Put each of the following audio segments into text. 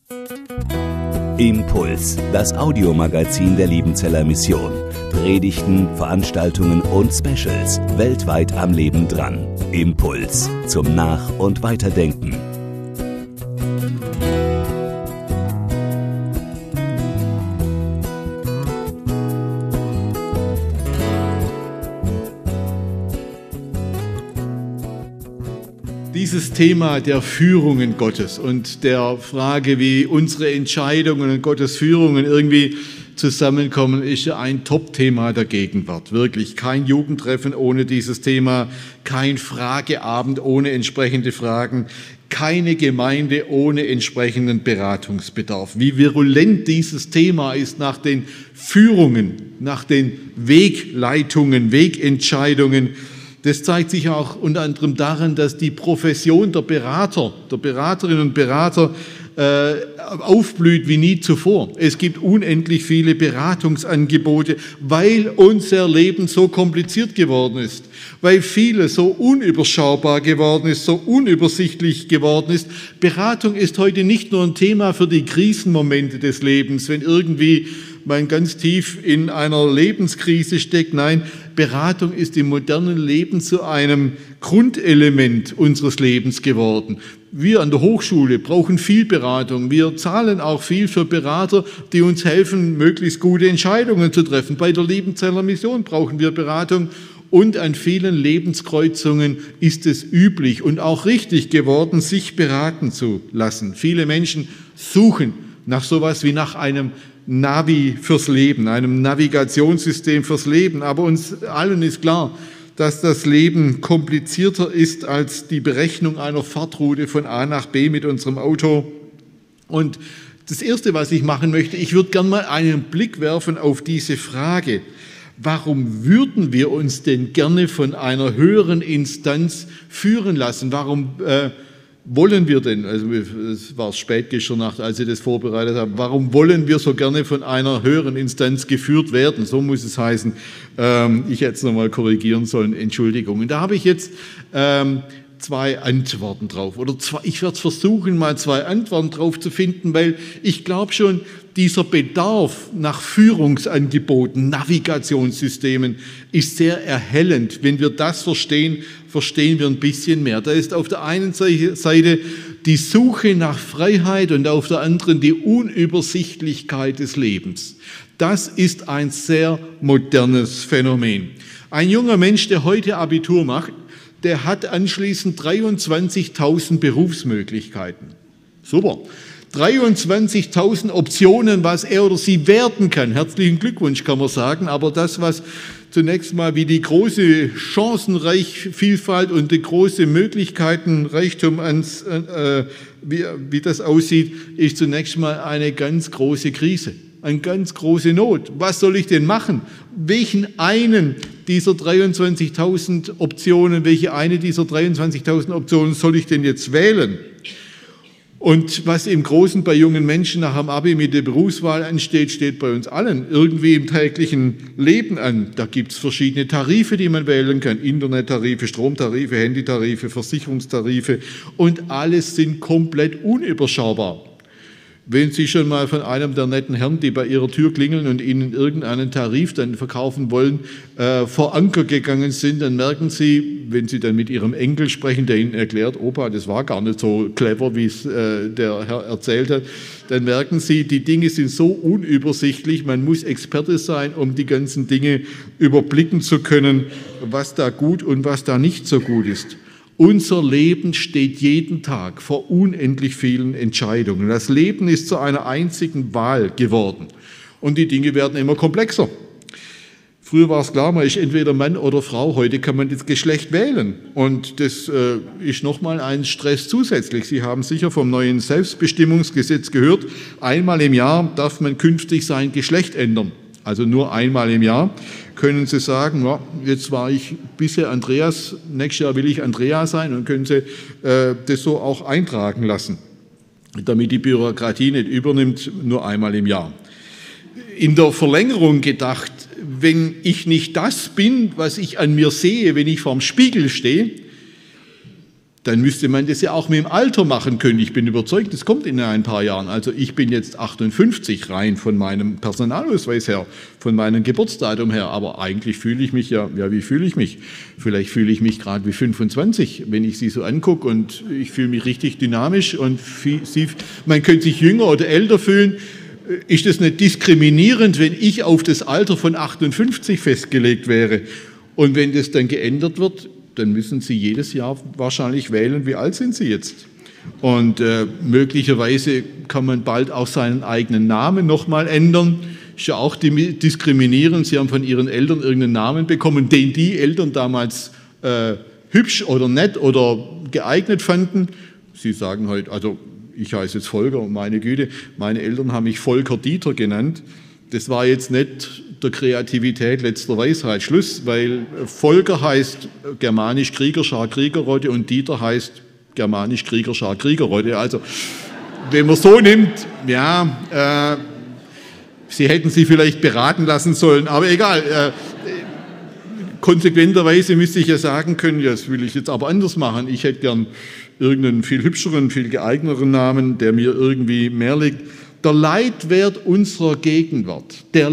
Impuls, das Audiomagazin der Liebenzeller Mission. Predigten, Veranstaltungen und Specials weltweit am Leben dran. Impuls zum Nach- und Weiterdenken. Dieses Thema der Führungen Gottes und der Frage, wie unsere Entscheidungen und Gottes Führungen irgendwie zusammenkommen, ist ja ein Top-Thema der Gegenwart. Wirklich kein Jugendtreffen ohne dieses Thema, kein Frageabend ohne entsprechende Fragen, keine Gemeinde ohne entsprechenden Beratungsbedarf. Wie virulent dieses Thema ist nach den Führungen, nach den Wegleitungen, Wegentscheidungen. Das zeigt sich auch unter anderem daran, dass die Profession der Berater, der Beraterinnen und Berater aufblüht wie nie zuvor. Es gibt unendlich viele Beratungsangebote, weil unser Leben so kompliziert geworden ist, weil vieles so unüberschaubar geworden ist, so unübersichtlich geworden ist. Beratung ist heute nicht nur ein Thema für die Krisenmomente des Lebens, wenn irgendwie man ganz tief in einer Lebenskrise steckt. Nein, Beratung ist im modernen Leben zu einem Grundelement unseres Lebens geworden. Wir an der Hochschule brauchen viel Beratung. Wir zahlen auch viel für Berater, die uns helfen, möglichst gute Entscheidungen zu treffen. Bei der Liebenzeller Mission brauchen wir Beratung. Und an vielen Lebenskreuzungen ist es üblich und auch richtig geworden, sich beraten zu lassen. Viele Menschen suchen nach sowas wie nach einem Navi fürs Leben, einem Navigationssystem fürs Leben. Aber uns allen ist klar, dass das Leben komplizierter ist als die Berechnung einer Fahrtroute von A nach B mit unserem Auto. Und das Erste, was ich machen möchte, ich würde gerne mal einen Blick werfen auf diese Frage. Warum würden wir uns denn gerne von einer höheren Instanz führen lassen? Warum wollen wir denn, also es war spät gestern Nacht, als ich das vorbereitet habe, warum wollen wir so gerne von einer höheren Instanz geführt werden? So muss es heißen. Ich hätte es nochmal korrigieren sollen, Entschuldigung. Und da habe ich jetzt zwei Antworten drauf. Ich werde versuchen, mal zwei Antworten drauf zu finden, weil ich glaube schon, dieser Bedarf nach Führungsangeboten, Navigationssystemen ist sehr erhellend. Wenn wir das verstehen, verstehen wir ein bisschen mehr. Da ist auf der einen Seite die Suche nach Freiheit und auf der anderen die Unübersichtlichkeit des Lebens. Das ist ein sehr modernes Phänomen. Ein junger Mensch, der heute Abitur macht, der hat anschließend 23.000 Berufsmöglichkeiten. Super. 23.000 Optionen, was er oder sie werden kann. Herzlichen Glückwunsch, kann man sagen. Aber das, was zunächst mal wie die große Chancenvielfalt und die große Möglichkeitenreichtum wie das aussieht, ist zunächst mal eine ganz große Krise, eine ganz große Not. Was soll ich denn machen? Welche eine dieser 23.000 Optionen soll ich denn jetzt wählen? Und was im Großen bei jungen Menschen nach dem Abi mit der Berufswahl ansteht, steht bei uns allen irgendwie im täglichen Leben an. Da gibt es verschiedene Tarife, die man wählen kann. Internettarife, Stromtarife, Handytarife, Versicherungstarife. Und alles sind komplett unüberschaubar. Wenn Sie schon mal von einem der netten Herren, die bei Ihrer Tür klingeln und Ihnen irgendeinen Tarif dann verkaufen wollen, vor Anker gegangen sind, dann merken Sie, wenn Sie dann mit Ihrem Enkel sprechen, der Ihnen erklärt, Opa, das war gar nicht so clever, wie es der Herr erzählt hat, dann merken Sie, die Dinge sind so unübersichtlich, man muss Experte sein, um die ganzen Dinge überblicken zu können, was da gut und was da nicht so gut ist. Unser Leben steht jeden Tag vor unendlich vielen Entscheidungen. Das Leben ist zu einer einzigen Wahl geworden. Und die Dinge werden immer komplexer. Früher war es klar, man ist entweder Mann oder Frau. Heute kann man das Geschlecht wählen. Und das ist nochmal ein Stress zusätzlich. Sie haben sicher vom neuen Selbstbestimmungsgesetz gehört, einmal im Jahr darf man künftig sein Geschlecht ändern. Also nur einmal im Jahr können Sie sagen, ja, jetzt war ich bisher Andreas, nächstes Jahr will ich Andrea sein, und können Sie das so auch eintragen lassen, damit die Bürokratie nicht übernimmt, nur einmal im Jahr. In der Verlängerung gedacht, wenn ich nicht das bin, was ich an mir sehe, wenn ich vorm Spiegel stehe, dann müsste man das ja auch mit dem Alter machen können. Ich bin überzeugt, das kommt in ein paar Jahren. Also ich bin jetzt 58 rein von meinem Personalausweis her, von meinem Geburtsdatum her. Aber eigentlich fühle ich mich ja, wie fühle ich mich? Vielleicht fühle ich mich gerade wie 25, wenn ich sie so angucke und ich fühle mich richtig dynamisch und man könnte sich jünger oder älter fühlen. Ist das nicht diskriminierend, wenn ich auf das Alter von 58 festgelegt wäre? Und wenn das dann geändert wird, dann müssen Sie jedes Jahr wahrscheinlich wählen, wie alt sind Sie jetzt. Und möglicherweise kann man bald auch seinen eigenen Namen nochmal ändern. Ist ja auch diskriminierend. Sie haben von Ihren Eltern irgendeinen Namen bekommen, den die Eltern damals hübsch oder nett oder geeignet fanden. Sie sagen heute, also ich heiße jetzt Volker, meine Güte, meine Eltern haben mich Volker Dieter genannt. Das war jetzt nicht der Kreativität letzter Weisheit Schluss, weil Volker heißt germanisch Kriegerschar Kriegerrotte und Dieter heißt germanisch Kriegerschar Kriegerrotte. Also wenn man so nimmt, ja, Sie hätten sich vielleicht beraten lassen sollen, aber egal. Konsequenterweise müsste ich ja sagen können, ja, das will ich jetzt aber anders machen. Ich hätte gern irgendeinen viel hübscheren, viel geeigneteren Namen, der mir irgendwie mehr liegt. Der Leitwert unserer Gegenwart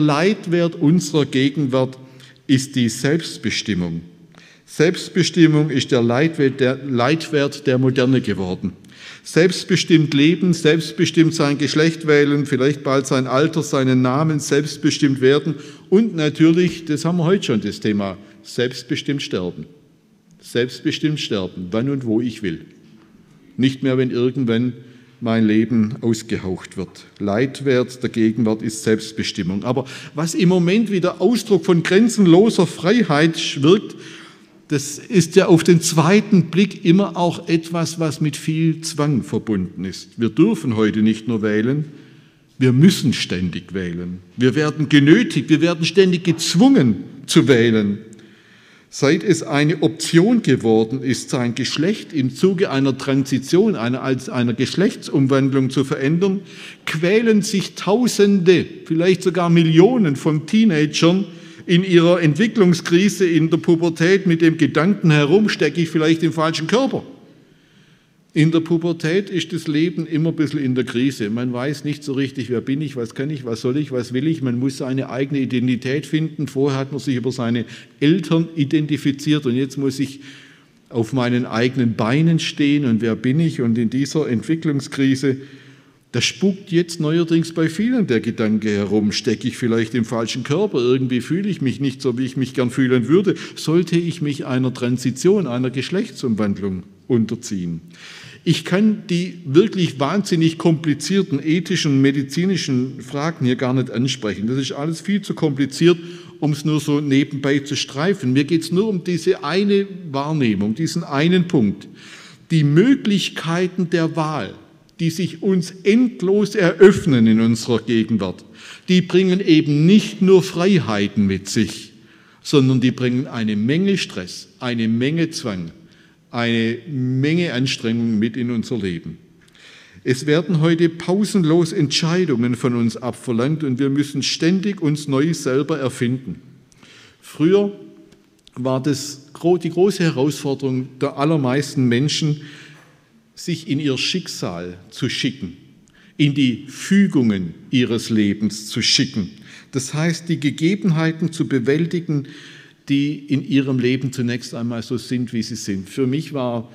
ist die Selbstbestimmung. Selbstbestimmung ist der Leitwert der Moderne geworden. Selbstbestimmt leben, selbstbestimmt sein Geschlecht wählen, vielleicht bald sein Alter, seinen Namen, selbstbestimmt werden und natürlich, das haben wir heute schon, das Thema, selbstbestimmt sterben. Selbstbestimmt sterben, wann und wo ich will. Nicht mehr, wenn irgendwann mein Leben ausgehaucht wird. Leitwert der Gegenwart ist Selbstbestimmung. Aber was im Moment wieder Ausdruck von grenzenloser Freiheit wirkt, das ist ja auf den zweiten Blick immer auch etwas, was mit viel Zwang verbunden ist. Wir dürfen heute nicht nur wählen, wir müssen ständig wählen. Wir werden genötigt, wir werden ständig gezwungen zu wählen. Seit es eine Option geworden ist, sein Geschlecht im Zuge einer Transition, einer Geschlechtsumwandlung zu verändern, quälen sich Tausende, vielleicht sogar Millionen von Teenagern in ihrer Entwicklungskrise, in der Pubertät mit dem Gedanken herum, stecke ich vielleicht im falschen Körper. In der Pubertät ist das Leben immer ein bisschen in der Krise. Man weiß nicht so richtig, wer bin ich, was kann ich, was soll ich, was will ich. Man muss seine eigene Identität finden. Vorher hat man sich über seine Eltern identifiziert und jetzt muss ich auf meinen eigenen Beinen stehen und wer bin ich? Und in dieser Entwicklungskrise, da spukt jetzt neuerdings bei vielen der Gedanke herum, stecke ich vielleicht im falschen Körper, irgendwie fühle ich mich nicht so, wie ich mich gern fühlen würde. Sollte ich mich einer Transition, einer Geschlechtsumwandlung unterziehen? Ich kann die wirklich wahnsinnig komplizierten ethischen, medizinischen Fragen hier gar nicht ansprechen. Das ist alles viel zu kompliziert, um es nur so nebenbei zu streifen. Mir geht es nur um diese eine Wahrnehmung, diesen einen Punkt. Die Möglichkeiten der Wahl, die sich uns endlos eröffnen in unserer Gegenwart, die bringen eben nicht nur Freiheiten mit sich, sondern die bringen eine Menge Stress, eine Menge Zwang, eine Menge Anstrengung mit in unser Leben. Es werden heute pausenlos Entscheidungen von uns abverlangt und wir müssen ständig uns neu selber erfinden. Früher war das die große Herausforderung der allermeisten Menschen, sich in ihr Schicksal zu schicken, in die Fügungen ihres Lebens zu schicken. Das heißt, die Gegebenheiten zu bewältigen, die in ihrem Leben zunächst einmal so sind, wie sie sind. Für mich war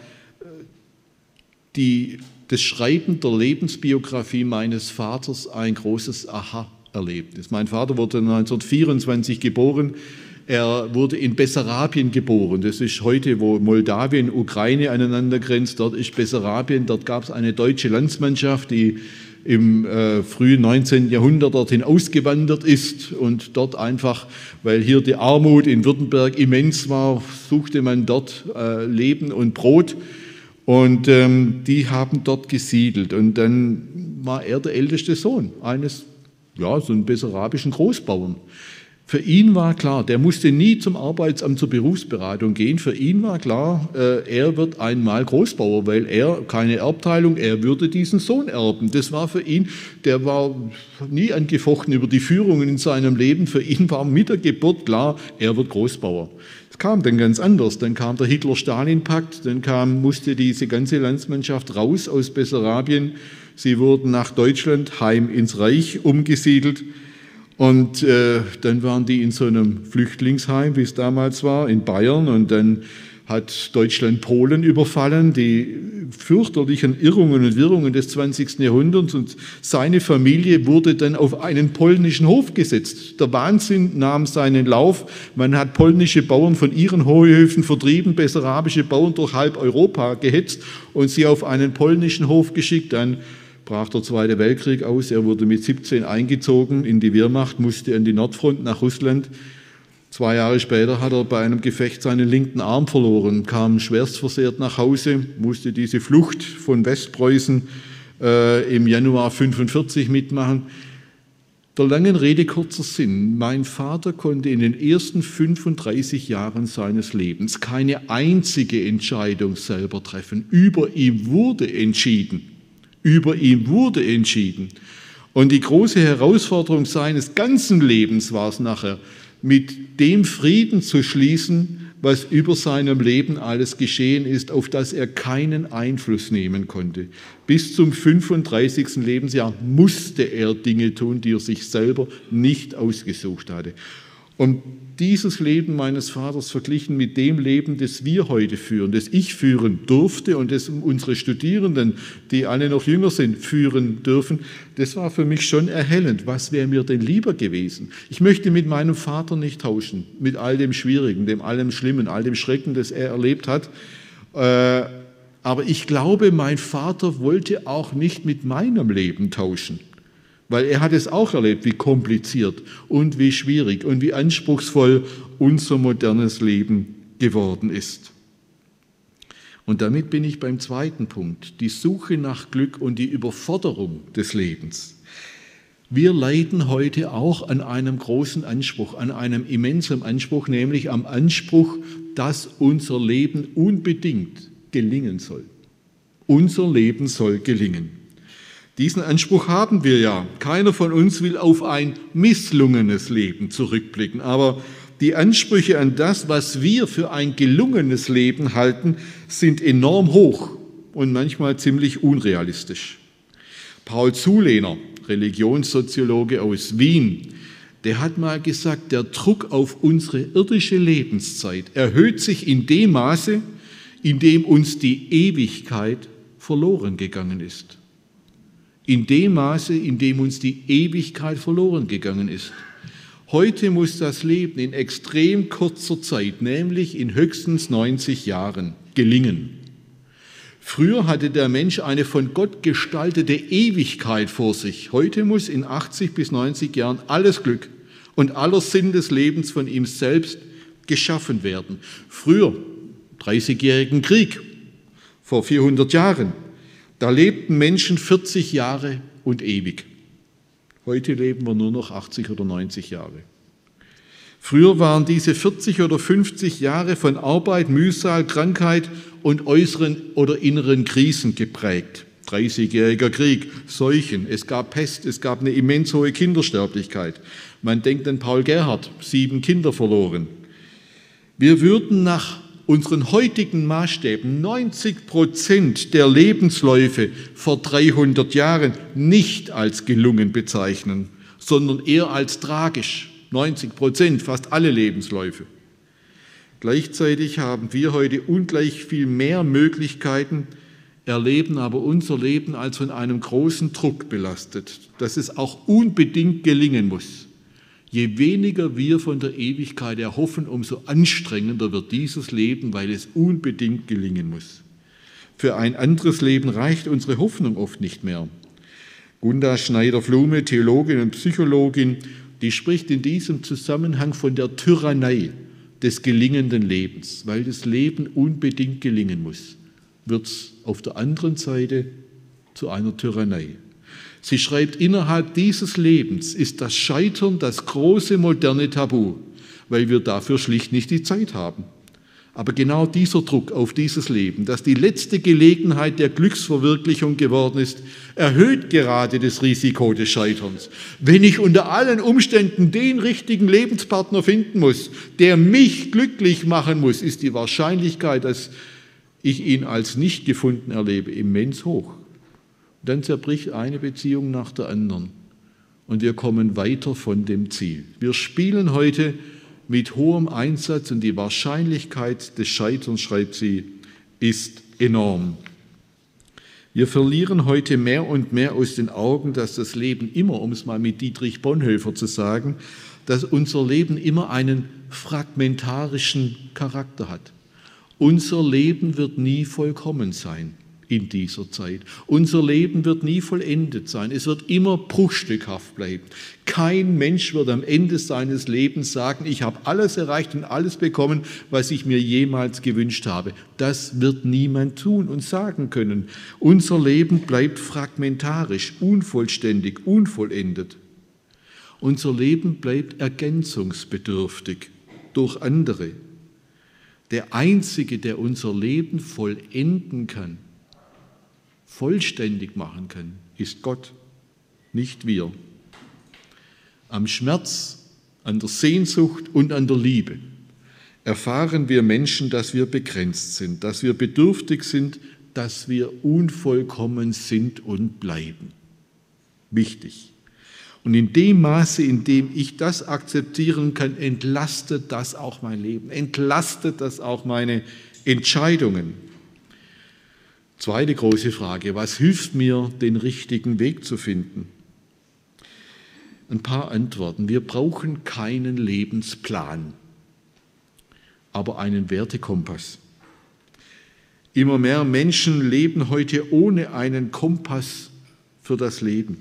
das Schreiben der Lebensbiografie meines Vaters ein großes Aha-Erlebnis. Mein Vater wurde 1924 geboren. Er wurde in Bessarabien geboren. Das ist heute, wo Moldawien, Ukraine aneinander grenzt. Dort ist Bessarabien. Dort gab es eine deutsche Landsmannschaft, die im frühen 19. Jahrhundert dorthin ausgewandert ist und dort einfach, weil hier die Armut in Württemberg immens war, suchte man dort Leben und Brot und die haben dort gesiedelt und dann war er der älteste Sohn eines, so einen bessarabischen Großbauern. Für ihn war klar, der musste nie zum Arbeitsamt zur Berufsberatung gehen. Für ihn war klar, er wird einmal Großbauer, weil er keine Erbteilung, er würde diesen Sohn erben. Das war für ihn, der war nie angefochten über die Führungen in seinem Leben. Für ihn war mit der Geburt klar, er wird Großbauer. Es kam dann ganz anders. Dann kam der Hitler-Stalin-Pakt, dann musste diese ganze Landsmannschaft raus aus Bessarabien. Sie wurden nach Deutschland, heim ins Reich, umgesiedelt. Und dann waren die in so einem Flüchtlingsheim, wie es damals war, in Bayern. Und dann hat Deutschland Polen überfallen, die fürchterlichen Irrungen und Wirrungen des 20. Jahrhunderts. Und seine Familie wurde dann auf einen polnischen Hof gesetzt. Der Wahnsinn nahm seinen Lauf. Man hat polnische Bauern von ihren Hohöfen vertrieben, bessarabische Bauern durch halb Europa gehetzt und sie auf einen polnischen Hof geschickt. Dann brach der Zweite Weltkrieg aus. Er wurde mit 17 eingezogen in die Wehrmacht, musste an die Nordfront nach Russland. 2 Jahre später hat er bei einem Gefecht seinen linken Arm verloren, kam schwerstversehrt nach Hause, musste diese Flucht von Westpreußen im Januar 1945 mitmachen. Der langen Rede kurzer Sinn. Mein Vater konnte in den ersten 35 Jahren seines Lebens keine einzige Entscheidung selber treffen. Über ihm wurde entschieden. Über ihn wurde entschieden. Und die große Herausforderung seines ganzen Lebens war es nachher, mit dem Frieden zu schließen, was über seinem Leben alles geschehen ist, auf das er keinen Einfluss nehmen konnte. Bis zum 35. Lebensjahr musste er Dinge tun, die er sich selber nicht ausgesucht hatte. Und dieses Leben meines Vaters verglichen mit dem Leben, das wir heute führen, das ich führen durfte und das unsere Studierenden, die alle noch jünger sind, führen dürfen, das war für mich schon erhellend. Was wäre mir denn lieber gewesen? Ich möchte mit meinem Vater nicht tauschen, mit all dem Schwierigen, dem allem Schlimmen, all dem Schrecken, das er erlebt hat. Aber ich glaube, mein Vater wollte auch nicht mit meinem Leben tauschen. Weil er hat es auch erlebt, wie kompliziert und wie schwierig und wie anspruchsvoll unser modernes Leben geworden ist. Und damit bin ich beim zweiten Punkt, die Suche nach Glück und die Überforderung des Lebens. Wir leiden heute auch an einem großen Anspruch, an einem immensen Anspruch, nämlich am Anspruch, dass unser Leben unbedingt gelingen soll. Unser Leben soll gelingen. Diesen Anspruch haben wir ja. Keiner von uns will auf ein misslungenes Leben zurückblicken. Aber die Ansprüche an das, was wir für ein gelungenes Leben halten, sind enorm hoch und manchmal ziemlich unrealistisch. Paul Zulehner, Religionssoziologe aus Wien, der hat mal gesagt, der Druck auf unsere irdische Lebenszeit erhöht sich in dem Maße, in dem uns die Ewigkeit verloren gegangen ist. In dem Maße, in dem uns die Ewigkeit verloren gegangen ist. Heute muss das Leben in extrem kurzer Zeit, nämlich in höchstens 90 Jahren, gelingen. Früher hatte der Mensch eine von Gott gestaltete Ewigkeit vor sich. Heute muss in 80 bis 90 Jahren alles Glück und aller Sinn des Lebens von ihm selbst geschaffen werden. Früher, 30-jährigen Krieg, vor 400 Jahren, da lebten Menschen 40 Jahre und ewig. Heute leben wir nur noch 80 oder 90 Jahre. Früher waren diese 40 oder 50 Jahre von Arbeit, Mühsal, Krankheit und äußeren oder inneren Krisen geprägt. 30-jähriger Krieg, Seuchen, es gab Pest, es gab eine immens hohe Kindersterblichkeit. Man denkt an Paul Gerhardt, 7 Kinder verloren. Wir würden nach unseren heutigen Maßstäben 90% der Lebensläufe vor 300 Jahren nicht als gelungen bezeichnen, sondern eher als tragisch. 90%, fast alle Lebensläufe. Gleichzeitig haben wir heute ungleich viel mehr Möglichkeiten, erleben aber unser Leben als von einem großen Druck belastet, dass es auch unbedingt gelingen muss. Je weniger wir von der Ewigkeit erhoffen, umso anstrengender wird dieses Leben, weil es unbedingt gelingen muss. Für ein anderes Leben reicht unsere Hoffnung oft nicht mehr. Gunda Schneider-Flume, Theologin und Psychologin, die spricht in diesem Zusammenhang von der Tyrannei des gelingenden Lebens. Weil das Leben unbedingt gelingen muss, wird es auf der anderen Seite zu einer Tyrannei. Sie schreibt, innerhalb dieses Lebens ist das Scheitern das große moderne Tabu, weil wir dafür schlicht nicht die Zeit haben. Aber genau dieser Druck auf dieses Leben, das die letzte Gelegenheit der Glücksverwirklichung geworden ist, erhöht gerade das Risiko des Scheiterns. Wenn ich unter allen Umständen den richtigen Lebenspartner finden muss, der mich glücklich machen muss, ist die Wahrscheinlichkeit, dass ich ihn als nicht gefunden erlebe, immens hoch. Dann zerbricht eine Beziehung nach der anderen und wir kommen weiter von dem Ziel. Wir spielen heute mit hohem Einsatz und die Wahrscheinlichkeit des Scheiterns, schreibt sie, ist enorm. Wir verlieren heute mehr und mehr aus den Augen, dass das Leben immer, um es mal mit Dietrich Bonhoeffer zu sagen, dass unser Leben immer einen fragmentarischen Charakter hat. Unser Leben wird nie vollkommen sein in dieser Zeit. Unser Leben wird nie vollendet sein. Es wird immer bruchstückhaft bleiben. Kein Mensch wird am Ende seines Lebens sagen, ich habe alles erreicht und alles bekommen, was ich mir jemals gewünscht habe. Das wird niemand tun und sagen können. Unser Leben bleibt fragmentarisch, unvollständig, unvollendet. Unser Leben bleibt ergänzungsbedürftig durch andere. Der Einzige, der unser Leben vollenden kann, vollständig machen kann, ist Gott, nicht wir. Am Schmerz, an der Sehnsucht und an der Liebe erfahren wir Menschen, dass wir begrenzt sind, dass wir bedürftig sind, dass wir unvollkommen sind und bleiben. Wichtig. Und in dem Maße, in dem ich das akzeptieren kann, entlastet das auch mein Leben, entlastet das auch meine Entscheidungen. Zweite große Frage, was hilft mir, den richtigen Weg zu finden? Ein paar Antworten. Wir brauchen keinen Lebensplan, aber einen Wertekompass. Immer mehr Menschen leben heute ohne einen Kompass für das Leben.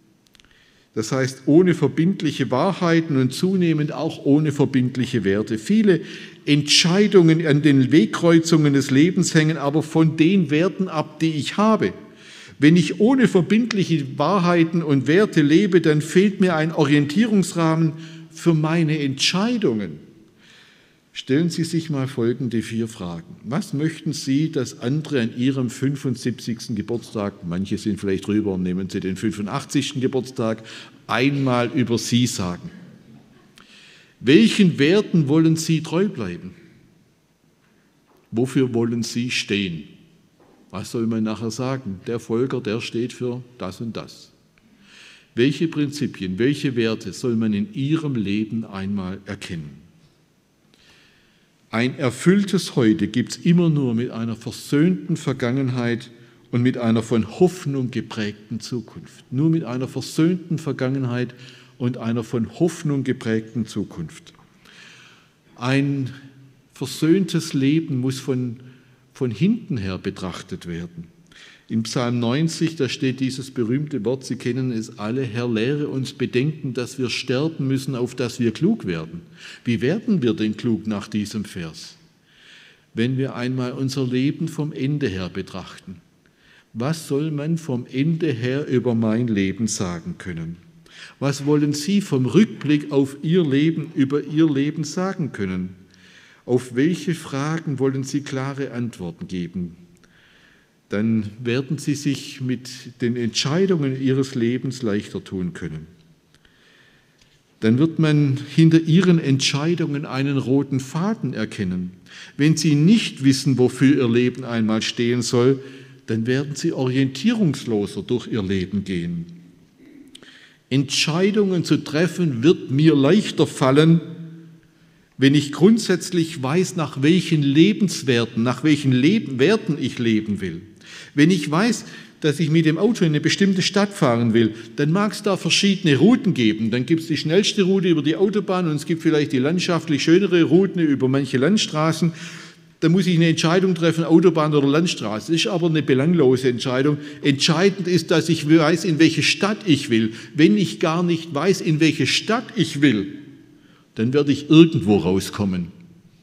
Das heißt, ohne verbindliche Wahrheiten und zunehmend auch ohne verbindliche Werte. Viele Entscheidungen an den Wegkreuzungen des Lebens hängen aber von den Werten ab, die ich habe. Wenn ich ohne verbindliche Wahrheiten und Werte lebe, dann fehlt mir ein Orientierungsrahmen für meine Entscheidungen. Stellen Sie sich mal folgende 4 Fragen. Was möchten Sie, dass andere an Ihrem 75. Geburtstag, manche sind vielleicht drüber und nehmen Sie den 85. Geburtstag, einmal über Sie sagen? Welchen Werten wollen Sie treu bleiben? Wofür wollen Sie stehen? Was soll man nachher sagen? Der Volker, der steht für das und das. Welche Prinzipien, welche Werte soll man in Ihrem Leben einmal erkennen? Ein erfülltes Heute gibt es immer nur mit einer versöhnten Vergangenheit und mit einer von Hoffnung geprägten Zukunft. Nur mit einer versöhnten Vergangenheit und einer von Hoffnung geprägten Zukunft. Ein versöhntes Leben muss von hinten her betrachtet werden. Im Psalm 90, da steht dieses berühmte Wort, Sie kennen es alle, Herr, lehre uns bedenken, dass wir sterben müssen, auf dass wir klug werden. Wie werden wir denn klug nach diesem Vers? Wenn wir einmal unser Leben vom Ende her betrachten. Was soll man vom Ende her über mein Leben sagen können? Was wollen Sie vom Rückblick auf Ihr Leben, über Ihr Leben sagen können? Auf welche Fragen wollen Sie klare Antworten geben? Dann werden Sie sich mit den Entscheidungen Ihres Lebens leichter tun können. Dann wird man hinter Ihren Entscheidungen einen roten Faden erkennen. Wenn Sie nicht wissen, wofür Ihr Leben einmal stehen soll, dann werden Sie orientierungsloser durch Ihr Leben gehen. Entscheidungen zu treffen wird mir leichter fallen, wenn ich grundsätzlich weiß, nach welchen Lebenswerten, nach welchen Werten ich leben will. Wenn ich weiß, dass ich mit dem Auto in eine bestimmte Stadt fahren will, dann mag es da verschiedene Routen geben. Dann gibt es die schnellste Route über die Autobahn und es gibt vielleicht die landschaftlich schönere Routen über manche Landstraßen. Da muss ich eine Entscheidung treffen, Autobahn oder Landstraße. Das ist aber eine belanglose Entscheidung. Entscheidend ist, dass ich weiß, in welche Stadt ich will. Wenn ich gar nicht weiß, in welche Stadt ich will, dann werde ich irgendwo rauskommen.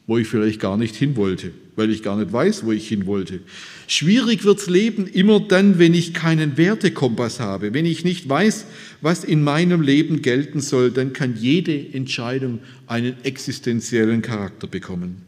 wo ich vielleicht gar nicht hin wollte, weil ich gar nicht weiß, wo ich hin wollte. Schwierig wird's Leben immer dann, wenn ich keinen Wertekompass habe, wenn ich nicht weiß, was in meinem Leben gelten soll, dann kann jede Entscheidung einen existenziellen Charakter bekommen.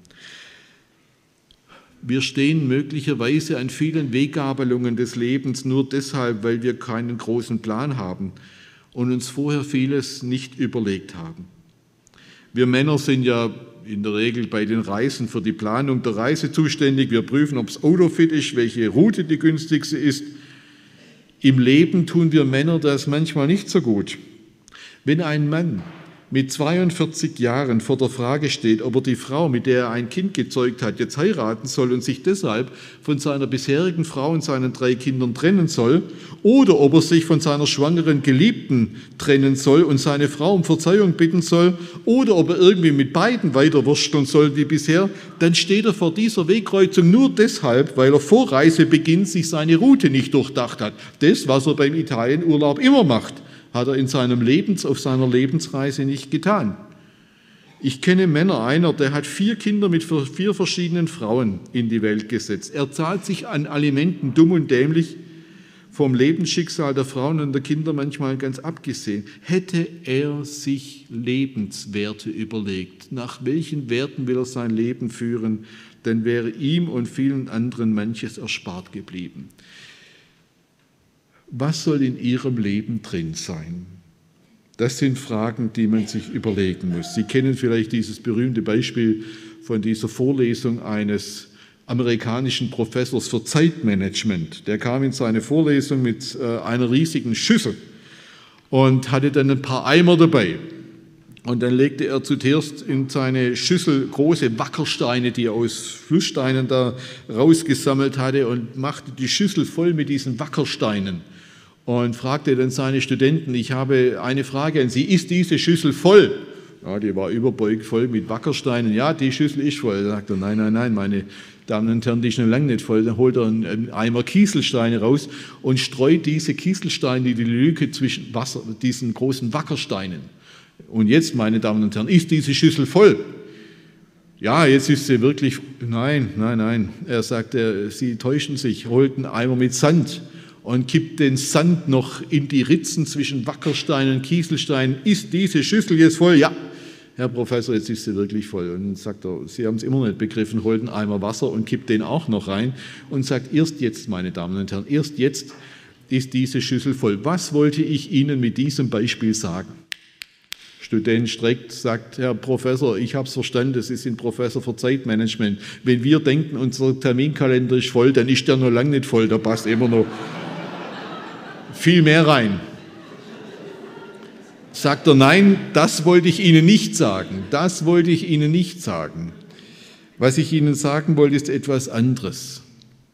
Wir stehen möglicherweise an vielen Weggabelungen des Lebens nur deshalb, weil wir keinen großen Plan haben und uns vorher vieles nicht überlegt haben. Wir Männer sind ja in der Regel bei den Reisen für die Planung der Reise zuständig. Wir prüfen, ob das Auto fit ist, welche Route die günstigste ist. Im Leben tun wir Männer das manchmal nicht so gut. Wenn ein Mann mit 42 Jahren vor der Frage steht, ob er die Frau, mit der er ein Kind gezeugt hat, jetzt heiraten soll und sich deshalb von seiner bisherigen Frau und seinen 3 Kindern trennen soll, oder ob er sich von seiner schwangeren Geliebten trennen soll und seine Frau um Verzeihung bitten soll, oder ob er irgendwie mit beiden weiterwursteln soll wie bisher, dann steht er vor dieser Wegkreuzung nur deshalb, weil er vor Reisebeginn sich seine Route nicht durchdacht hat. Das, was er beim Italienurlaub immer macht, hat er auf seiner Lebensreise nicht getan. Ich kenne Männer, einer, der hat 4 Kinder mit 4 verschiedenen Frauen in die Welt gesetzt. Er zahlt sich an Alimenten dumm und dämlich, vom Lebensschicksal der Frauen und der Kinder manchmal ganz abgesehen. Hätte er sich Lebenswerte überlegt, nach welchen Werten will er sein Leben führen, dann wäre ihm und vielen anderen manches erspart geblieben. Was soll in Ihrem Leben drin sein? Das sind Fragen, die man sich überlegen muss. Sie kennen vielleicht dieses berühmte Beispiel von dieser Vorlesung eines amerikanischen Professors für Zeitmanagement. Der kam in seine Vorlesung mit einer riesigen Schüssel und hatte dann ein paar Eimer dabei. Und dann legte er zuerst in seine Schüssel große Wackersteine, die er aus Flusssteinen da rausgesammelt hatte, und machte die Schüssel voll mit diesen Wackersteinen. Und fragte dann seine Studenten: Ich habe eine Frage an Sie, ist diese Schüssel voll? Ja, die war überbeugt voll mit Wackersteinen. Ja, die Schüssel ist voll. Dann sagt er: Nein, meine Damen und Herren, die ist noch lange nicht voll. Dann holt er einen Eimer Kieselsteine raus und streut diese Kieselsteine in die Lücke zwischen diesen großen Wackersteinen. Und jetzt, meine Damen und Herren, ist diese Schüssel voll? Ja, jetzt ist sie wirklich... Nein. Er sagte: Sie täuschen sich, holt einen Eimer mit Sand und kippt den Sand noch in die Ritzen zwischen Wackersteinen und Kieselsteinen. Ist diese Schüssel jetzt voll? Ja, Herr Professor, jetzt ist sie wirklich voll. Und dann sagt er: Sie haben es immer noch nicht begriffen, holt einen Eimer Wasser und kippt den auch noch rein und sagt: Erst jetzt, meine Damen und Herren, erst jetzt ist diese Schüssel voll. Was wollte ich Ihnen mit diesem Beispiel sagen? Student streckt, sagt: Herr Professor, ich habe es verstanden, Sie sind Professor für Zeitmanagement. Wenn wir denken, unser Terminkalender ist voll, dann ist der noch lange nicht voll, da passt immer noch viel mehr rein. Sagt er: Nein, das wollte ich Ihnen nicht sagen. Das wollte ich Ihnen nicht sagen. Was ich Ihnen sagen wollte, ist etwas anderes.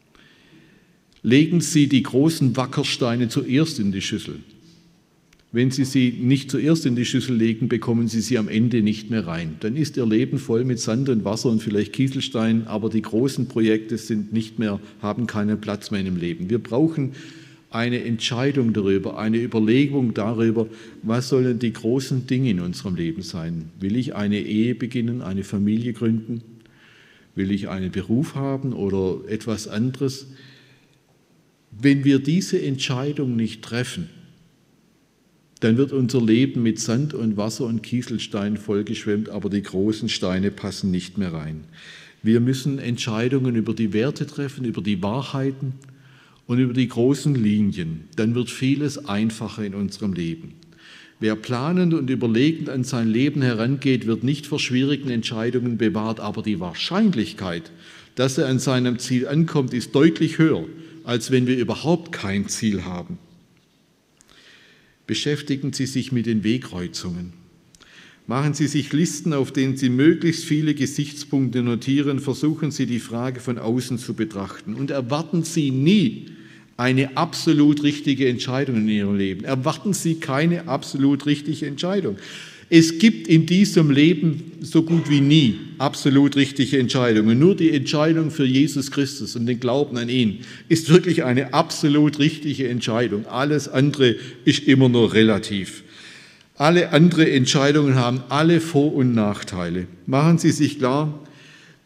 Legen Sie die großen Wackersteine zuerst in die Schüssel. Wenn Sie sie nicht zuerst in die Schüssel legen, bekommen Sie sie am Ende nicht mehr rein. Dann ist Ihr Leben voll mit Sand und Wasser und vielleicht Kieselstein, aber die großen Projekte haben keinen Platz mehr im Leben. Wir brauchen eine Entscheidung darüber, eine Überlegung darüber, was sollen die großen Dinge in unserem Leben sein? Will ich eine Ehe beginnen, eine Familie gründen? Will ich einen Beruf haben oder etwas anderes? Wenn wir diese Entscheidung nicht treffen, dann wird unser Leben mit Sand und Wasser und Kieselstein vollgeschwemmt, aber die großen Steine passen nicht mehr rein. Wir müssen Entscheidungen über die Werte treffen, über die Wahrheiten und über die großen Linien. Dann wird vieles einfacher in unserem Leben. Wer planend und überlegend an sein Leben herangeht, wird nicht vor schwierigen Entscheidungen bewahrt, aber die Wahrscheinlichkeit, dass er an seinem Ziel ankommt, ist deutlich höher, als wenn wir überhaupt kein Ziel haben. Beschäftigen Sie sich mit den Wegkreuzungen. Machen Sie sich Listen, auf denen Sie möglichst viele Gesichtspunkte notieren. Versuchen Sie, die Frage von außen zu betrachten. Und erwarten Sie nie eine absolut richtige Entscheidung in Ihrem Leben. Erwarten Sie keine absolut richtige Entscheidung. Es gibt in diesem Leben so gut wie nie absolut richtige Entscheidungen. Nur die Entscheidung für Jesus Christus und den Glauben an ihn ist wirklich eine absolut richtige Entscheidung. Alles andere ist immer nur relativ. Alle anderen Entscheidungen haben alle Vor- und Nachteile. Machen Sie sich klar,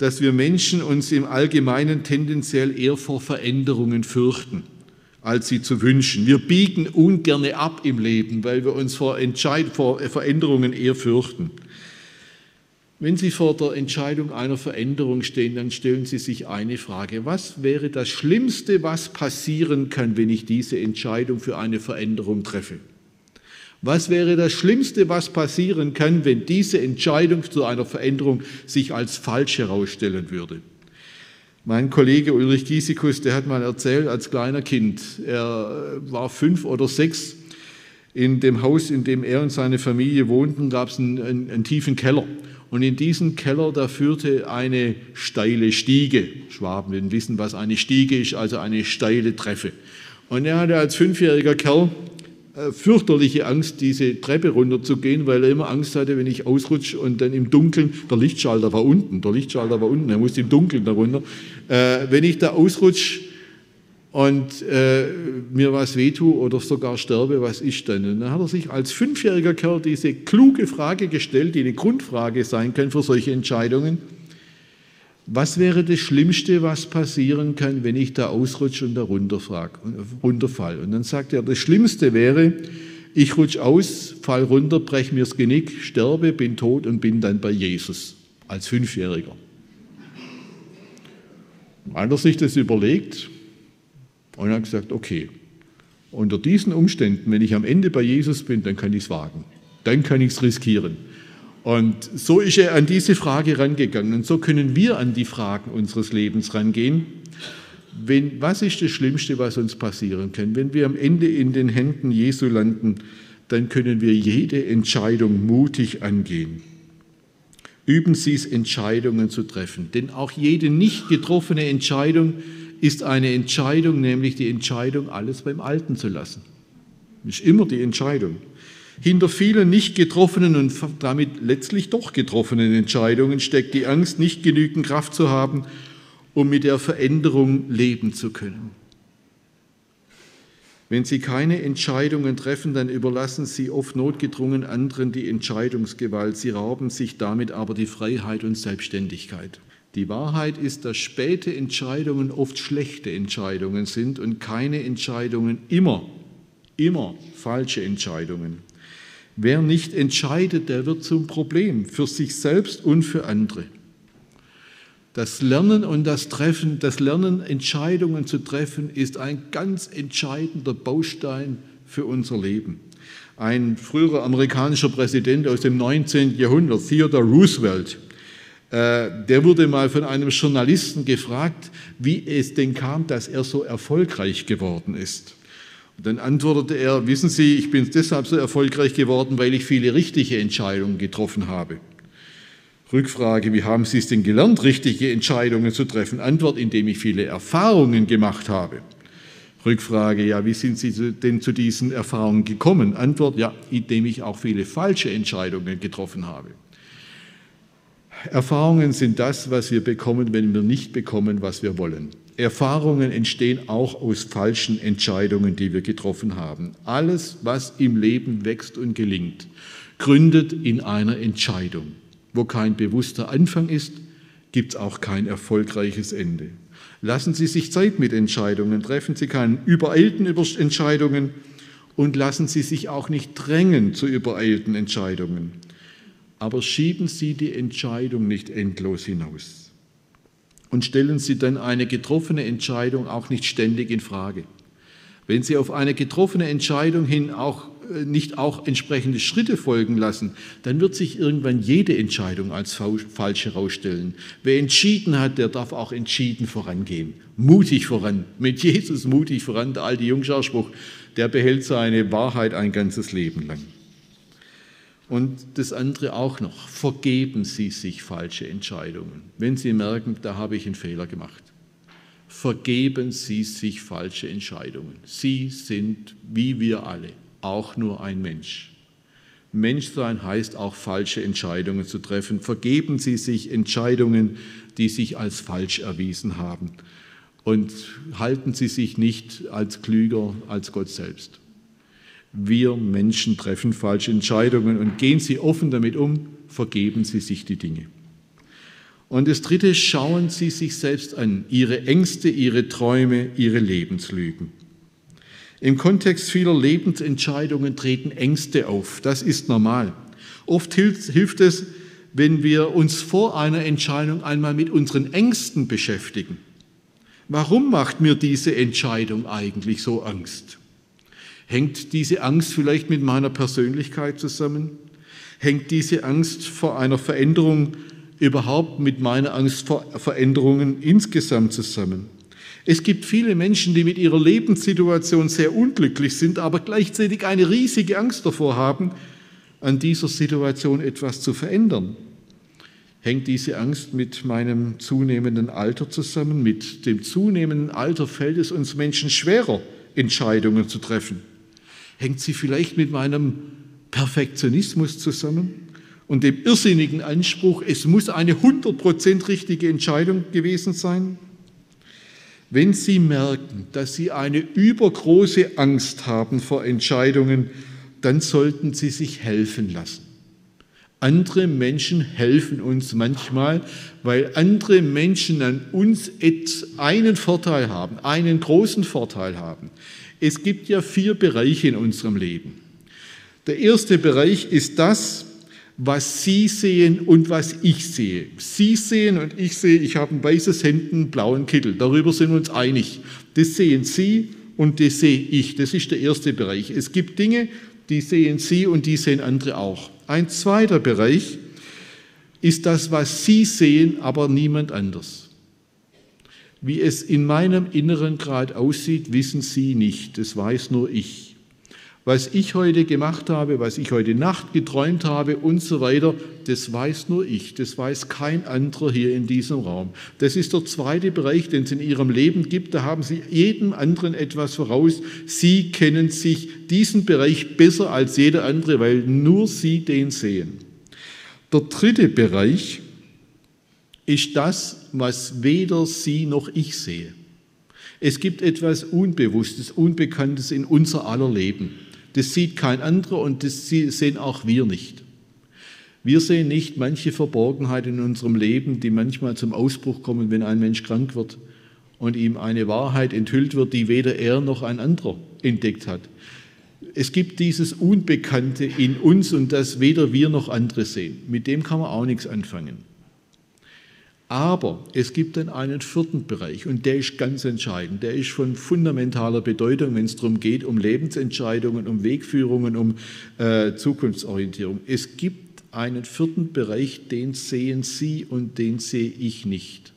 dass wir Menschen uns im Allgemeinen tendenziell eher vor Veränderungen fürchten, als sie zu wünschen. Wir biegen ungern ab im Leben, weil wir uns vor Veränderungen eher fürchten. Wenn Sie vor der Entscheidung einer Veränderung stehen, dann stellen Sie sich eine Frage: Was wäre das Schlimmste, was passieren kann, wenn ich diese Entscheidung für eine Veränderung treffe? Was wäre das Schlimmste, was passieren kann, wenn diese Entscheidung zu einer Veränderung sich als falsch herausstellen würde? Mein Kollege Ulrich Giesikus, der hat mal erzählt, als kleiner Kind, er war 5 oder 6, in dem Haus, in dem er und seine Familie wohnten, gab es einen tiefen Keller. Und in diesem Keller, da führte eine steile Stiege. Schwaben wissen, was eine Stiege ist, also eine steile Treppe. Und er hatte als 5-jähriger Kerl fürchterliche Angst, diese Treppe runterzugehen, weil er immer Angst hatte, wenn ich ausrutsche und dann im Dunkeln, der Lichtschalter war unten, er musste im Dunkeln da runter, wenn ich da ausrutsche und mir was wehtue oder sogar sterbe, was ist dann? Und dann hat er sich als 5-jähriger Kerl diese kluge Frage gestellt, die eine Grundfrage sein kann für solche Entscheidungen: Was wäre das Schlimmste, was passieren kann, wenn ich da ausrutsche und da runterfall? Und dann sagt er, das Schlimmste wäre, ich rutsche aus, fall runter, breche mir das Genick, sterbe, bin tot und bin dann bei Jesus, als 5-Jähriger. Hat er sich das überlegt und hat gesagt, okay, unter diesen Umständen, wenn ich am Ende bei Jesus bin, dann kann ich es wagen, dann kann ich es riskieren. Und so ist er an diese Frage rangegangen. Und so können wir an die Fragen unseres Lebens rangehen. Was ist das Schlimmste, was uns passieren kann? Wenn wir am Ende in den Händen Jesu landen, dann können wir jede Entscheidung mutig angehen. Üben Sie es, Entscheidungen zu treffen. Denn auch jede nicht getroffene Entscheidung ist eine Entscheidung, nämlich die Entscheidung, alles beim Alten zu lassen. Das ist immer die Entscheidung. Hinter vielen nicht getroffenen und damit letztlich doch getroffenen Entscheidungen steckt die Angst, nicht genügend Kraft zu haben, um mit der Veränderung leben zu können. Wenn Sie keine Entscheidungen treffen, dann überlassen Sie oft notgedrungen anderen die Entscheidungsgewalt. Sie rauben sich damit aber die Freiheit und Selbstständigkeit. Die Wahrheit ist, dass späte Entscheidungen oft schlechte Entscheidungen sind und keine Entscheidungen immer falsche Entscheidungen. Wer nicht entscheidet, der wird zum Problem für sich selbst und für andere. Das Lernen und das Lernen, Entscheidungen zu treffen, ist ein ganz entscheidender Baustein für unser Leben. Ein früherer amerikanischer Präsident aus dem 19. Jahrhundert, Theodore Roosevelt, der wurde mal von einem Journalisten gefragt, wie es denn kam, dass er so erfolgreich geworden ist. Dann antwortete er, wissen Sie, ich bin deshalb so erfolgreich geworden, weil ich viele richtige Entscheidungen getroffen habe. Rückfrage, wie haben Sie es denn gelernt, richtige Entscheidungen zu treffen? Antwort, indem ich viele Erfahrungen gemacht habe. Rückfrage, ja, wie sind Sie denn zu diesen Erfahrungen gekommen? Antwort, ja, indem ich auch viele falsche Entscheidungen getroffen habe. Erfahrungen sind das, was wir bekommen, wenn wir nicht bekommen, was wir wollen. Erfahrungen entstehen auch aus falschen Entscheidungen, die wir getroffen haben. Alles, was im Leben wächst und gelingt, gründet in einer Entscheidung. Wo kein bewusster Anfang ist, gibt es auch kein erfolgreiches Ende. Lassen Sie sich Zeit mit Entscheidungen, treffen Sie keine übereilten Entscheidungen und lassen Sie sich auch nicht drängen zu übereilten Entscheidungen. Aber schieben Sie die Entscheidung nicht endlos hinaus. Und stellen Sie dann eine getroffene Entscheidung auch nicht ständig in Frage. Wenn Sie auf eine getroffene Entscheidung hin nicht auch entsprechende Schritte folgen lassen, dann wird sich irgendwann jede Entscheidung als falsch herausstellen. Wer entschieden hat, der darf auch entschieden vorangehen. Mutig voran, mit Jesus mutig voran. Der alte Jungscharspruch, der behält seine Wahrheit ein ganzes Leben lang. Und das andere auch noch, vergeben Sie sich falsche Entscheidungen. Wenn Sie merken, da habe ich einen Fehler gemacht. Vergeben Sie sich falsche Entscheidungen. Sie sind, wie wir alle, auch nur ein Mensch. Menschsein heißt auch, falsche Entscheidungen zu treffen. Vergeben Sie sich Entscheidungen, die sich als falsch erwiesen haben. Und halten Sie sich nicht als klüger als Gott selbst. Wir Menschen treffen falsche Entscheidungen und gehen Sie offen damit um, vergeben Sie sich die Dinge. Und das dritte, schauen Sie sich selbst an, Ihre Ängste, Ihre Träume, Ihre Lebenslügen. Im Kontext vieler Lebensentscheidungen treten Ängste auf. Das ist normal. Oft hilft es, wenn wir uns vor einer Entscheidung einmal mit unseren Ängsten beschäftigen. Warum macht mir diese Entscheidung eigentlich so Angst? Hängt diese Angst vielleicht mit meiner Persönlichkeit zusammen? Hängt diese Angst vor einer Veränderung überhaupt mit meiner Angst vor Veränderungen insgesamt zusammen? Es gibt viele Menschen, die mit ihrer Lebenssituation sehr unglücklich sind, aber gleichzeitig eine riesige Angst davor haben, an dieser Situation etwas zu verändern. Hängt diese Angst mit meinem zunehmenden Alter zusammen? Mit dem zunehmenden Alter fällt es uns Menschen schwerer, Entscheidungen zu treffen. Hängt sie vielleicht mit meinem Perfektionismus zusammen und dem irrsinnigen Anspruch, es muss eine 100% richtige Entscheidung gewesen sein? Wenn Sie merken, dass Sie eine übergroße Angst haben vor Entscheidungen, dann sollten Sie sich helfen lassen. Andere Menschen helfen uns manchmal, weil andere Menschen an uns einen Vorteil haben, einen großen Vorteil haben. Es gibt ja 4 Bereiche in unserem Leben. Der erste Bereich ist das, was Sie sehen und was ich sehe. Sie sehen und ich sehe, ich habe ein weißes Hemd, einen blauen Kittel. Darüber sind wir uns einig. Das sehen Sie und das sehe ich. Das ist der erste Bereich. Es gibt Dinge, die sehen Sie und die sehen andere auch. Ein zweiter Bereich ist das, was Sie sehen, aber niemand anders. Wie es in meinem Inneren gerade aussieht, wissen Sie nicht. Das weiß nur ich. Was ich heute gemacht habe, was ich heute Nacht geträumt habe und so weiter, das weiß nur ich. Das weiß kein anderer hier in diesem Raum. Das ist der zweite Bereich, den es in Ihrem Leben gibt. Da haben Sie jedem anderen etwas voraus. Sie kennen sich diesen Bereich besser als jeder andere, weil nur Sie den sehen. Der dritte Bereich ist das, was weder Sie noch ich sehe. Es gibt etwas Unbewusstes, Unbekanntes in unser aller Leben. Das sieht kein anderer und das sehen auch wir nicht. Wir sehen nicht manche Verborgenheiten in unserem Leben, die manchmal zum Ausbruch kommen, wenn ein Mensch krank wird und ihm eine Wahrheit enthüllt wird, die weder er noch ein anderer entdeckt hat. Es gibt dieses Unbekannte in uns und das weder wir noch andere sehen. Mit dem kann man auch nichts anfangen. Aber es gibt dann einen 4. Bereich und der ist ganz entscheidend. Der ist von fundamentaler Bedeutung, wenn es darum geht, um Lebensentscheidungen, um Wegführungen, um Zukunftsorientierung. Es gibt einen 4. Bereich, den sehen Sie und den sehe ich nicht.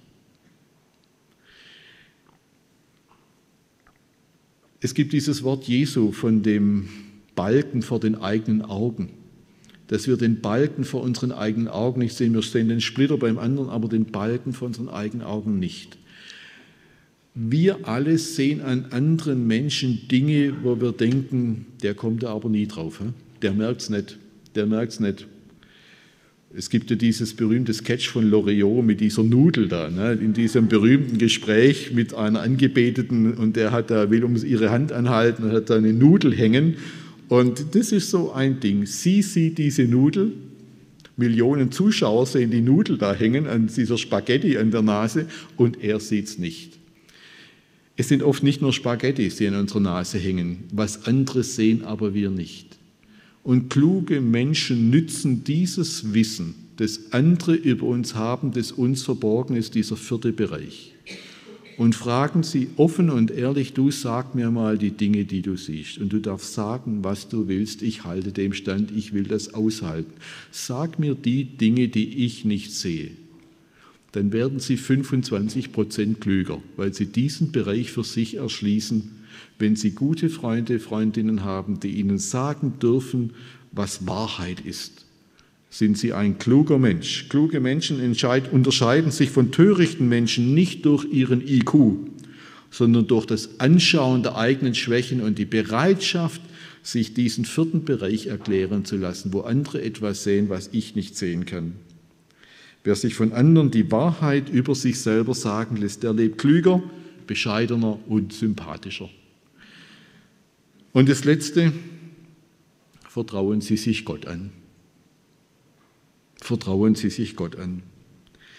Es gibt dieses Wort Jesu von dem Balken vor den eigenen Augen. Dass wir den Balken vor unseren eigenen Augen nicht sehen. Wir sehen den Splitter beim anderen, aber den Balken vor unseren eigenen Augen nicht. Wir alle sehen an anderen Menschen Dinge, wo wir denken, der kommt da aber nie drauf. Der merkt es nicht. Der merkt es nicht. Es gibt ja dieses berühmte Sketch von Loriot mit dieser Nudel da, in diesem berühmten Gespräch mit einer Angebeteten und der will um ihre Hand anhalten und hat da eine Nudel hängen. Und das ist so ein Ding. Sie sieht diese Nudel, Millionen Zuschauer sehen die Nudel da hängen, an dieser Spaghetti an der Nase und er sieht es nicht. Es sind oft nicht nur Spaghetti, die an unserer Nase hängen, was andere sehen, aber wir nicht. Und kluge Menschen nützen dieses Wissen, das andere über uns haben, das uns verborgen ist, dieser 4. Bereich. Und fragen Sie offen und ehrlich, du sag mir mal die Dinge, die du siehst. Und du darfst sagen, was du willst, ich halte dem stand, ich will das aushalten. Sag mir die Dinge, die ich nicht sehe. Dann werden Sie 25% klüger, weil Sie diesen Bereich für sich erschließen, wenn Sie gute Freunde, Freundinnen haben, die Ihnen sagen dürfen, was Wahrheit ist. Sind Sie ein kluger Mensch. Kluge Menschen unterscheiden sich von törichten Menschen nicht durch ihren IQ, sondern durch das Anschauen der eigenen Schwächen und die Bereitschaft, sich diesen 4. Bereich erklären zu lassen, wo andere etwas sehen, was ich nicht sehen kann. Wer sich von anderen die Wahrheit über sich selber sagen lässt, der lebt klüger, bescheidener und sympathischer. Und das Letzte, vertrauen Sie sich Gott an. Vertrauen Sie sich Gott an.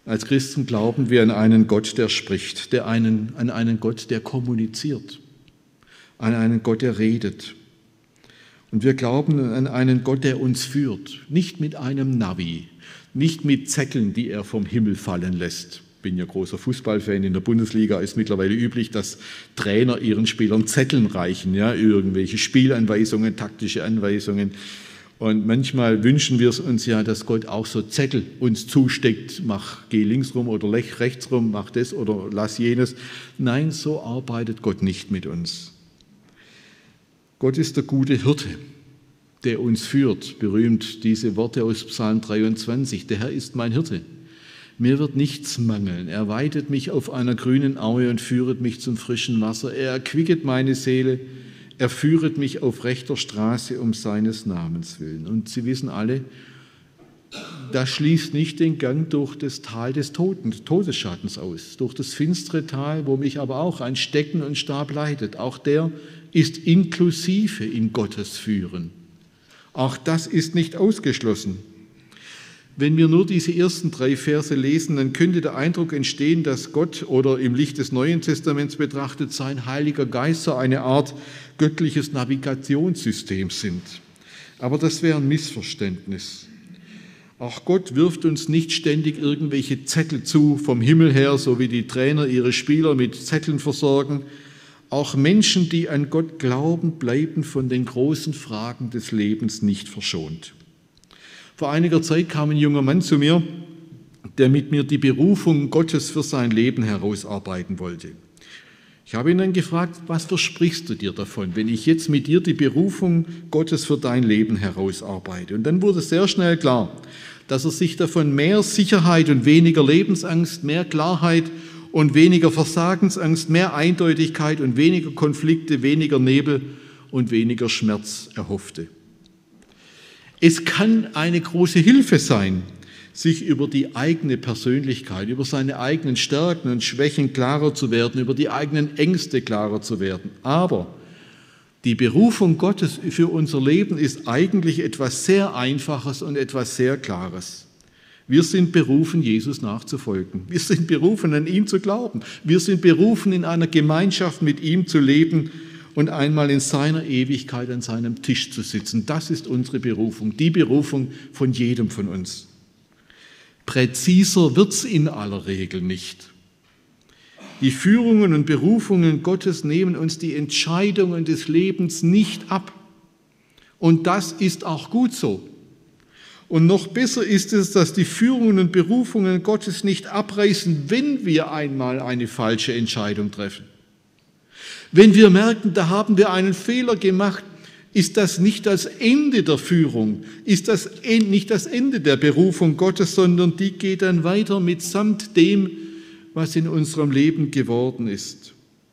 Als Christen glauben wir an einen Gott, der spricht, an einen Gott, der kommuniziert, an einen Gott, der redet. Und wir glauben an einen Gott, der uns führt, nicht mit einem Navi, nicht mit Zetteln, die er vom Himmel fallen lässt. Ich bin ja großer Fußballfan. In der Bundesliga ist mittlerweile üblich, dass Trainer ihren Spielern Zetteln reichen, ja, irgendwelche Spielanweisungen, taktische Anweisungen. Und manchmal wünschen wir es uns ja, dass Gott auch so Zettel uns zusteckt, geh links rum oder rechts rum, mach das oder lass jenes. Nein, so arbeitet Gott nicht mit uns. Gott ist der gute Hirte, der uns führt. Berühmt diese Worte aus Psalm 23. Der Herr ist mein Hirte. Mir wird nichts mangeln. Er weidet mich auf einer grünen Aue und führet mich zum frischen Wasser. Er erquicket meine Seele. Er führet mich auf rechter Straße um seines Namens willen. Und Sie wissen alle, das schließt nicht den Gang durch das Tal des Todesschattens aus, durch das finstere Tal, wo mich aber auch ein Stecken und Stab leitet. Auch der ist inklusive in Gottes Führen. Auch das ist nicht ausgeschlossen. Wenn wir nur diese ersten 3 Verse lesen, dann könnte der Eindruck entstehen, dass Gott oder im Licht des Neuen Testaments betrachtet sein Heiliger Geist so eine Art göttliches Navigationssystem sind. Aber das wäre ein Missverständnis. Auch Gott wirft uns nicht ständig irgendwelche Zettel zu vom Himmel her, so wie die Trainer ihre Spieler mit Zetteln versorgen. Auch Menschen, die an Gott glauben, bleiben von den großen Fragen des Lebens nicht verschont. Vor einiger Zeit kam ein junger Mann zu mir, der mit mir die Berufung Gottes für sein Leben herausarbeiten wollte. Ich habe ihn dann gefragt, was versprichst du dir davon, wenn ich jetzt mit dir die Berufung Gottes für dein Leben herausarbeite? Und dann wurde sehr schnell klar, dass er sich davon mehr Sicherheit und weniger Lebensangst, mehr Klarheit und weniger Versagensangst, mehr Eindeutigkeit und weniger Konflikte, weniger Nebel und weniger Schmerz erhoffte. Es kann eine große Hilfe sein, sich über die eigene Persönlichkeit, über seine eigenen Stärken und Schwächen klarer zu werden, über die eigenen Ängste klarer zu werden. Aber die Berufung Gottes für unser Leben ist eigentlich etwas sehr Einfaches und etwas sehr Klares. Wir sind berufen, Jesus nachzufolgen. Wir sind berufen, an ihn zu glauben. Wir sind berufen, in einer Gemeinschaft mit ihm zu leben und einmal in seiner Ewigkeit an seinem Tisch zu sitzen. Das ist unsere Berufung, die Berufung von jedem von uns. Präziser wird es in aller Regel nicht. Die Führungen und Berufungen Gottes nehmen uns die Entscheidungen des Lebens nicht ab. Und das ist auch gut so. Und noch besser ist es, dass die Führungen und Berufungen Gottes nicht abreißen, wenn wir einmal eine falsche Entscheidung treffen. Wenn wir merken, da haben wir einen Fehler gemacht, ist das nicht das Ende der Führung, ist das nicht das Ende der Berufung Gottes, sondern die geht dann weiter mitsamt dem, was in unserem Leben geworden ist.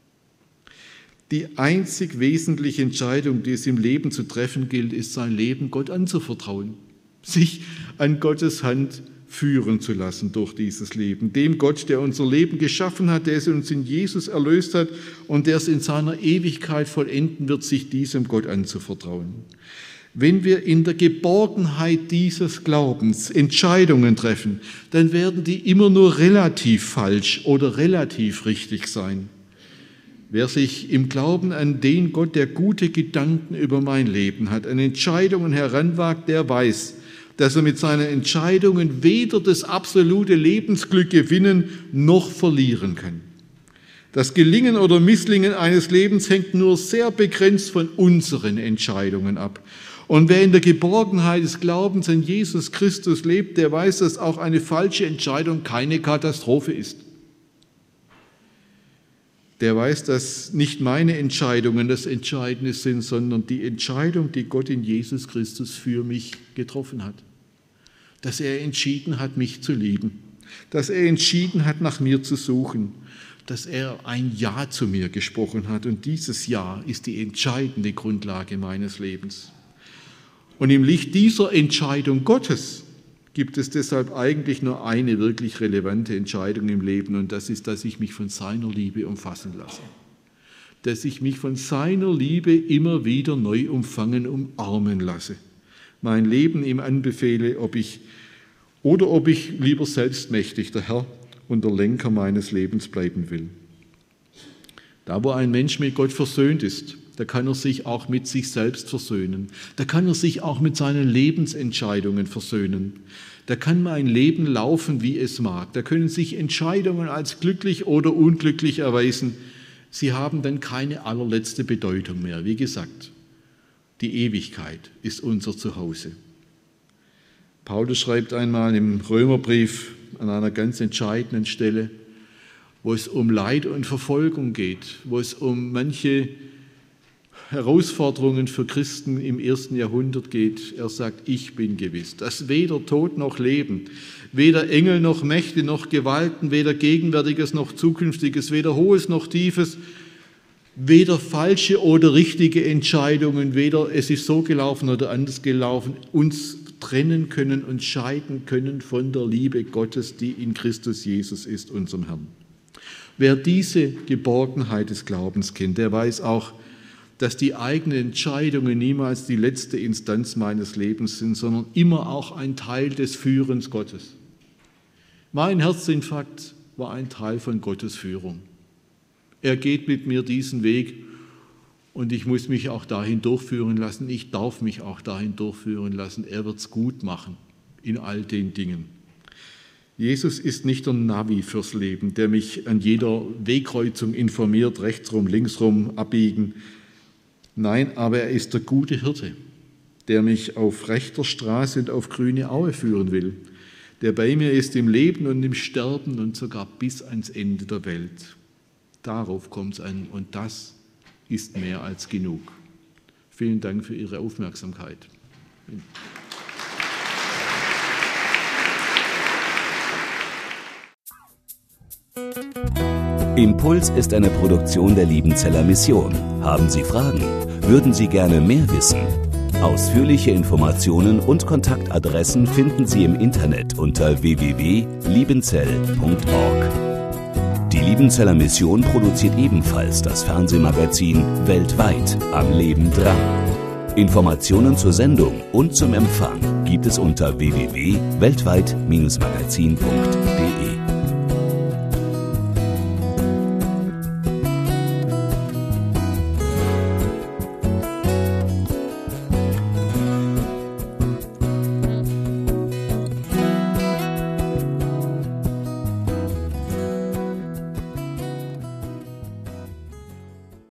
Die einzig wesentliche Entscheidung, die es im Leben zu treffen gilt, ist, sein Leben Gott anzuvertrauen, sich an Gottes Hand führen zu lassen durch dieses Leben. Dem Gott, der unser Leben geschaffen hat, der es uns in Jesus erlöst hat und der es in seiner Ewigkeit vollenden wird, sich diesem Gott anzuvertrauen. Wenn wir in der Geborgenheit dieses Glaubens Entscheidungen treffen, dann werden die immer nur relativ falsch oder relativ richtig sein. Wer sich im Glauben an den Gott, der gute Gedanken über mein Leben hat, an Entscheidungen heranwagt, der weiß, dass er mit seinen Entscheidungen weder das absolute Lebensglück gewinnen noch verlieren kann. Das Gelingen oder Misslingen eines Lebens hängt nur sehr begrenzt von unseren Entscheidungen ab. Und wer in der Geborgenheit des Glaubens an Jesus Christus lebt, der weiß, dass auch eine falsche Entscheidung keine Katastrophe ist. Der weiß, dass nicht meine Entscheidungen das Entscheidende sind, sondern die Entscheidung, die Gott in Jesus Christus für mich getroffen hat. Dass er entschieden hat, mich zu lieben. Dass er entschieden hat, nach mir zu suchen. Dass er ein Ja zu mir gesprochen hat. Und dieses Ja ist die entscheidende Grundlage meines Lebens. Und im Licht dieser Entscheidung Gottes gibt es deshalb eigentlich nur eine wirklich relevante Entscheidung im Leben, und das ist, dass ich mich von seiner Liebe umfassen lasse. Dass ich mich von seiner Liebe immer wieder neu umfangen, umarmen lasse. Mein Leben ihm anbefehle, ob ich oder ob ich lieber selbstmächtig der Herr und der Lenker meines Lebens bleiben will. Da, wo ein Mensch mit Gott versöhnt ist, da kann er sich auch mit sich selbst versöhnen. Da kann er sich auch mit seinen Lebensentscheidungen versöhnen. Da kann mein Leben laufen, wie es mag. Da können sich Entscheidungen als glücklich oder unglücklich erweisen. Sie haben dann keine allerletzte Bedeutung mehr. Wie gesagt, die Ewigkeit ist unser Zuhause. Paulus schreibt einmal im Römerbrief an einer ganz entscheidenden Stelle, wo es um Leid und Verfolgung geht, wo es um manche Herausforderungen für Christen im 1. Jahrhundert geht. Er sagt, ich bin gewiss, dass weder Tod noch Leben, weder Engel noch Mächte noch Gewalten, weder Gegenwärtiges noch Zukünftiges, weder Hohes noch Tiefes, weder falsche oder richtige Entscheidungen, weder es ist so gelaufen oder anders gelaufen, uns trennen können und scheiden können von der Liebe Gottes, die in Christus Jesus ist, unserem Herrn. Wer diese Geborgenheit des Glaubens kennt, der weiß auch, dass die eigenen Entscheidungen niemals die letzte Instanz meines Lebens sind, sondern immer auch ein Teil des Führens Gottes. Mein Herzinfarkt war ein Teil von Gottes Führung. Er geht mit mir diesen Weg und ich muss mich auch dahin durchführen lassen. Ich darf mich auch dahin durchführen lassen. Er wird es gut machen in all den Dingen. Jesus ist nicht der Navi fürs Leben, der mich an jeder Wegkreuzung informiert, rechtsrum, linksrum, abbiegen. Nein, aber er ist der gute Hirte, der mich auf rechter Straße und auf grüne Aue führen will, der bei mir ist im Leben und im Sterben und sogar bis ans Ende der Welt. Darauf kommt es an und das ist mehr als genug. Vielen Dank für Ihre Aufmerksamkeit. Impuls ist eine Produktion der Liebenzeller Mission. Haben Sie Fragen? Würden Sie gerne mehr wissen? Ausführliche Informationen und Kontaktadressen finden Sie im Internet unter www.liebenzell.org. Die Liebenzeller Mission produziert ebenfalls das Fernsehmagazin Weltweit am Leben dran. Informationen zur Sendung und zum Empfang gibt es unter www.weltweit-magazin.de.